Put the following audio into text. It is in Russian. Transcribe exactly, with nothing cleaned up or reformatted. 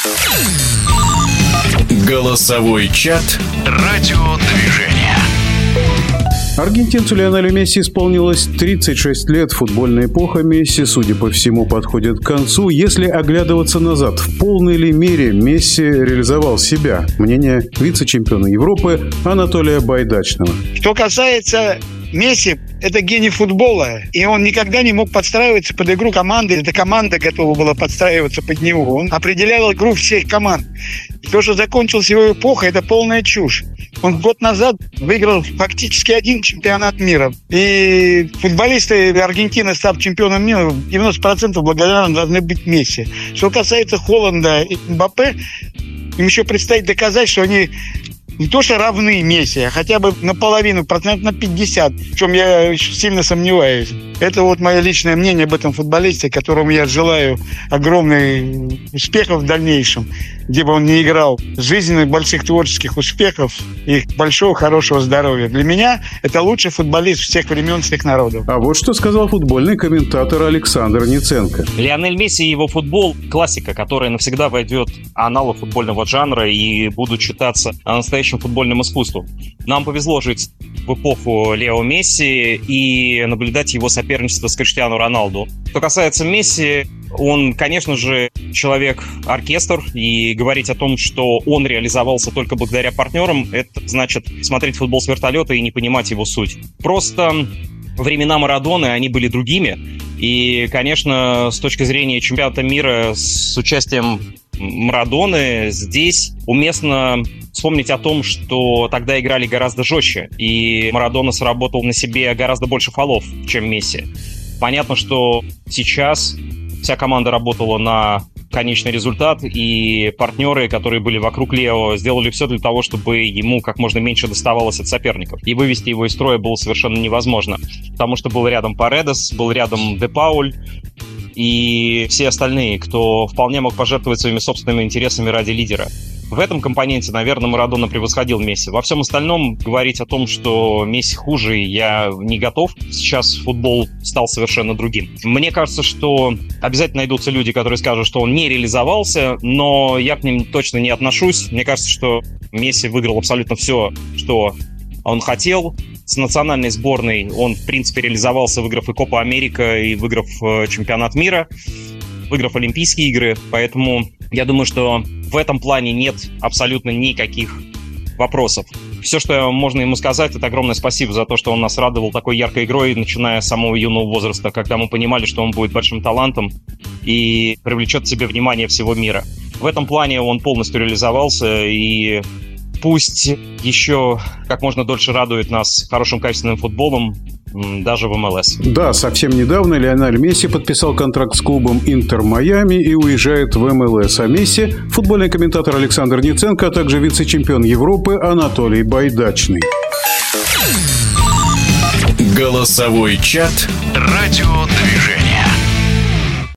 Голосовой чат радиодвижения. Аргентинцу Лионелю Месси исполнилось тридцать шесть лет. Футбольная эпоха Месси, судя по всему, подходит к концу. Если оглядываться назад, в полной ли мере Месси реализовал себя? Мнение вице-чемпиона Европы Анатолия Байдачного. Что касается Месси, это гений футбола, и он никогда не мог подстраиваться под игру команды. Эта команда готова была подстраиваться под него. Он определял игру всех команд. И то, что закончилась его эпоха, это полная чушь. Он год назад выиграл фактически один чемпионат мира. И футболисты Аргентины, став чемпионом мира, девяносто процентов благодарны должны быть Месси. Что касается Холланда и Мбаппе, им еще предстоит доказать, что они не то что равны Месси, а хотя бы наполовину, процент на пятьдесят, в чем я сильно сомневаюсь. Это вот мое личное мнение об этом футболисте, которому я желаю огромных успехов в дальнейшем, где бы он ни играл, жизненных больших творческих успехов и большого хорошего здоровья. Для меня это лучший футболист всех времен, всех народов. А вот что сказал футбольный комментатор Александр Ниценко. Лионель Месси и его футбол – классика, которая навсегда войдет в аналог футбольного жанра и будут считаться настоящим футбольным искусством. Нам повезло жить в эпоху Лео Месси и наблюдать его соперничество с Криштиану Роналду. Что касается Месси, он, конечно же, человек-оркестр, и говорить о том, что он реализовался только благодаря партнерам, это значит смотреть футбол с вертолета и не понимать его суть. Просто времена Марадоны, они были другими, и, конечно, с точки зрения чемпионата мира с участием Марадоны, здесь уместно вспомнить о том, что тогда играли гораздо жестче, и Марадона сработал на себе гораздо больше фолов, чем Месси. Понятно, что сейчас вся команда работала на конечный результат, и партнеры, которые были вокруг Лео, сделали все для того, чтобы ему как можно меньше доставалось от соперников. И вывести его из строя было совершенно невозможно, потому что был рядом Паредес, был рядом Де Пауль, и все остальные, кто вполне мог пожертвовать своими собственными интересами ради лидера. В этом компоненте, наверное, Марадона превосходил Месси. Во всем остальном говорить о том, что Месси хуже, я не готов. Сейчас футбол стал совершенно другим. Мне кажется, что обязательно найдутся люди, которые скажут, что он не реализовался, но я к ним точно не отношусь. Мне кажется, что Месси выиграл абсолютно все, что он хотел. С национальной сборной он, в принципе, реализовался, выиграв и Копа Америка, и выиграв чемпионат мира, выиграв Олимпийские игры. Поэтому я думаю, что в этом плане нет абсолютно никаких вопросов. Все, что можно ему сказать, это огромное спасибо за то, что он нас радовал такой яркой игрой, начиная с самого юного возраста, когда мы понимали, что он будет большим талантом и привлечет к себе внимание всего мира. В этом плане он полностью реализовался, и пусть еще как можно дольше радует нас хорошим качественным футболом, даже в эм эл эс. Да, совсем недавно Лионель Месси подписал контракт с клубом Интер Майами и уезжает в эм эл эс. А Месси – футбольный комментатор Александр Ниценко, а также вице-чемпион Европы Анатолий Байдачный. Голосовой чат радиодвижения.